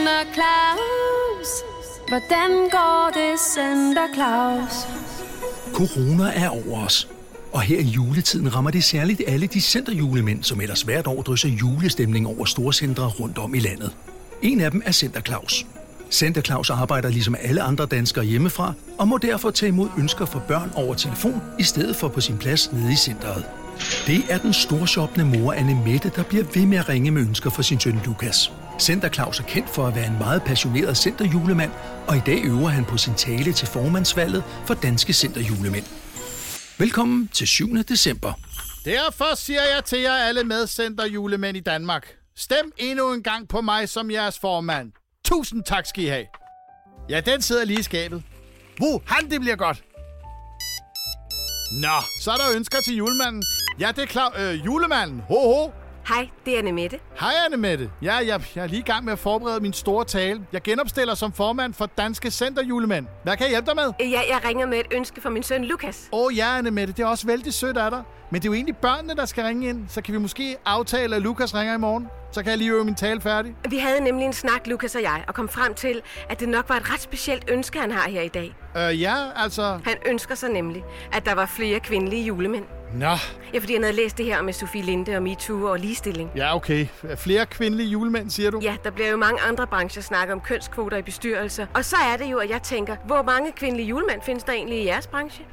Santa Claus? Hvordan går det, Santa Claus? Corona er over os, og her i juletiden rammer det særligt alle de centerjulemænd, som ellers hvert år drysser julestemning over storcentre rundt om i landet. En af dem er Santa Claus. Santa Claus arbejder ligesom alle andre danskere hjemmefra, og må derfor tage imod ønsker fra børn over telefon, i stedet for på sin plads nede i centret. Det er den storshoppende mor Anne Mette, der bliver ved med at ringe med ønsker for sin søn Lukas. Santa Claus er kendt for at være en meget passioneret centerjulemand, og i dag øver han på sin tale til formandsvalget for danske centerjulemænd. Velkommen til 7. december. Derfor siger jeg til jer alle medcenterjulemænd i Danmark. Stem endnu en gang på mig som jeres formand. 1000 tak skal I have. Ja, den sidder lige i skabet. Han, det bliver godt. Nå, så er der ønsker til julemanden. Ja, det er klar. Julemanden. Ho. Hej, det er Anne Mette. Hej, Anne Mette. Ja, jeg er lige i gang med at forberede min store tale. Jeg genopstiller som formand for Danske Centerjulemænd. Hvad kan jeg hjælpe dig med? Ja, jeg ringer med et ønske for min søn Lukas. Ja, Anne Mette. Det er også vældig sødt af dig. Men det er jo egentlig børnene, der skal ringe ind. Så kan vi måske aftale, at Lukas ringer i morgen. Så kan jeg lige øve min tale færdig. Vi havde nemlig en snak, Lukas og jeg, og kom frem til, at det nok var et ret specielt ønske, han har her i dag. Ja, altså... Han ønsker sig nemlig, at der var flere kvindelige julemænd. Nå. Ja, fordi han havde læst det her med Sofie Linde og MeToo og ligestilling. Ja, okay. Flere kvindelige julemænd, siger du? Ja, der bliver jo mange andre brancher snakke om kønskvoter i bestyrelser. Og så er det jo, at jeg tænker, hvor mange kvindelige julemænd findes der egentlig i jeres branche?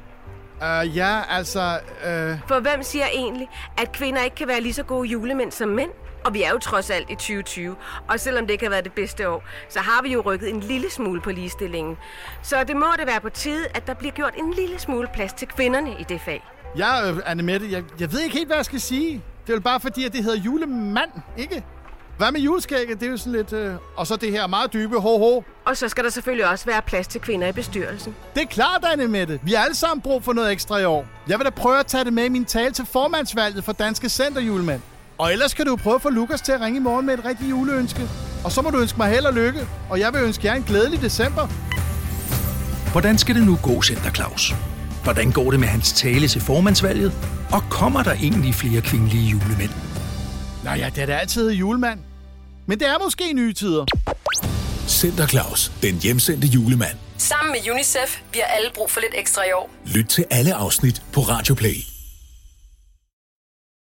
For hvem siger egentlig, at kvinder ikke kan være lige så gode julemænd som mænd? Og vi er jo trods alt i 2020, og selvom det ikke har været det bedste år, så har vi jo rykket en lille smule på ligestillingen. Så det må det være på tide, at der bliver gjort en lille smule plads til kvinderne i det fag. Ja, Anne Mette, jeg ved ikke helt, hvad jeg skal sige. Det er jo bare fordi, at det hedder julemand, ikke? Hvad med juleskægget? Det er jo sådan lidt... Og så det her meget dybe ho. Og så skal der selvfølgelig også være plads til kvinder i bestyrelsen. Det er klart, Anne Mette. Vi har alle sammen brug for noget ekstra i år. Jeg vil da prøve at tage det med i min tale til formandsvalget for Danske Centerjulemænd. Og ellers kan du prøve at få Lukas til at ringe i morgen med et rigtigt juleønske. Og så må du ønske mig held og lykke. Og jeg vil ønske jer en glædelig december. Hvordan skal det nu gå, Santa Claus? Hvordan går det med hans tale til formandsvalget? Og kommer der egentlig flere kvindelige julemænd? Nå ja, det er da altid julemand. Men det er måske nye tider. Santa Claus, den hjemsendte julemand. Sammen med UNICEF, vi har alle brug for lidt ekstra i år. Lyt til alle afsnit på Radio Play.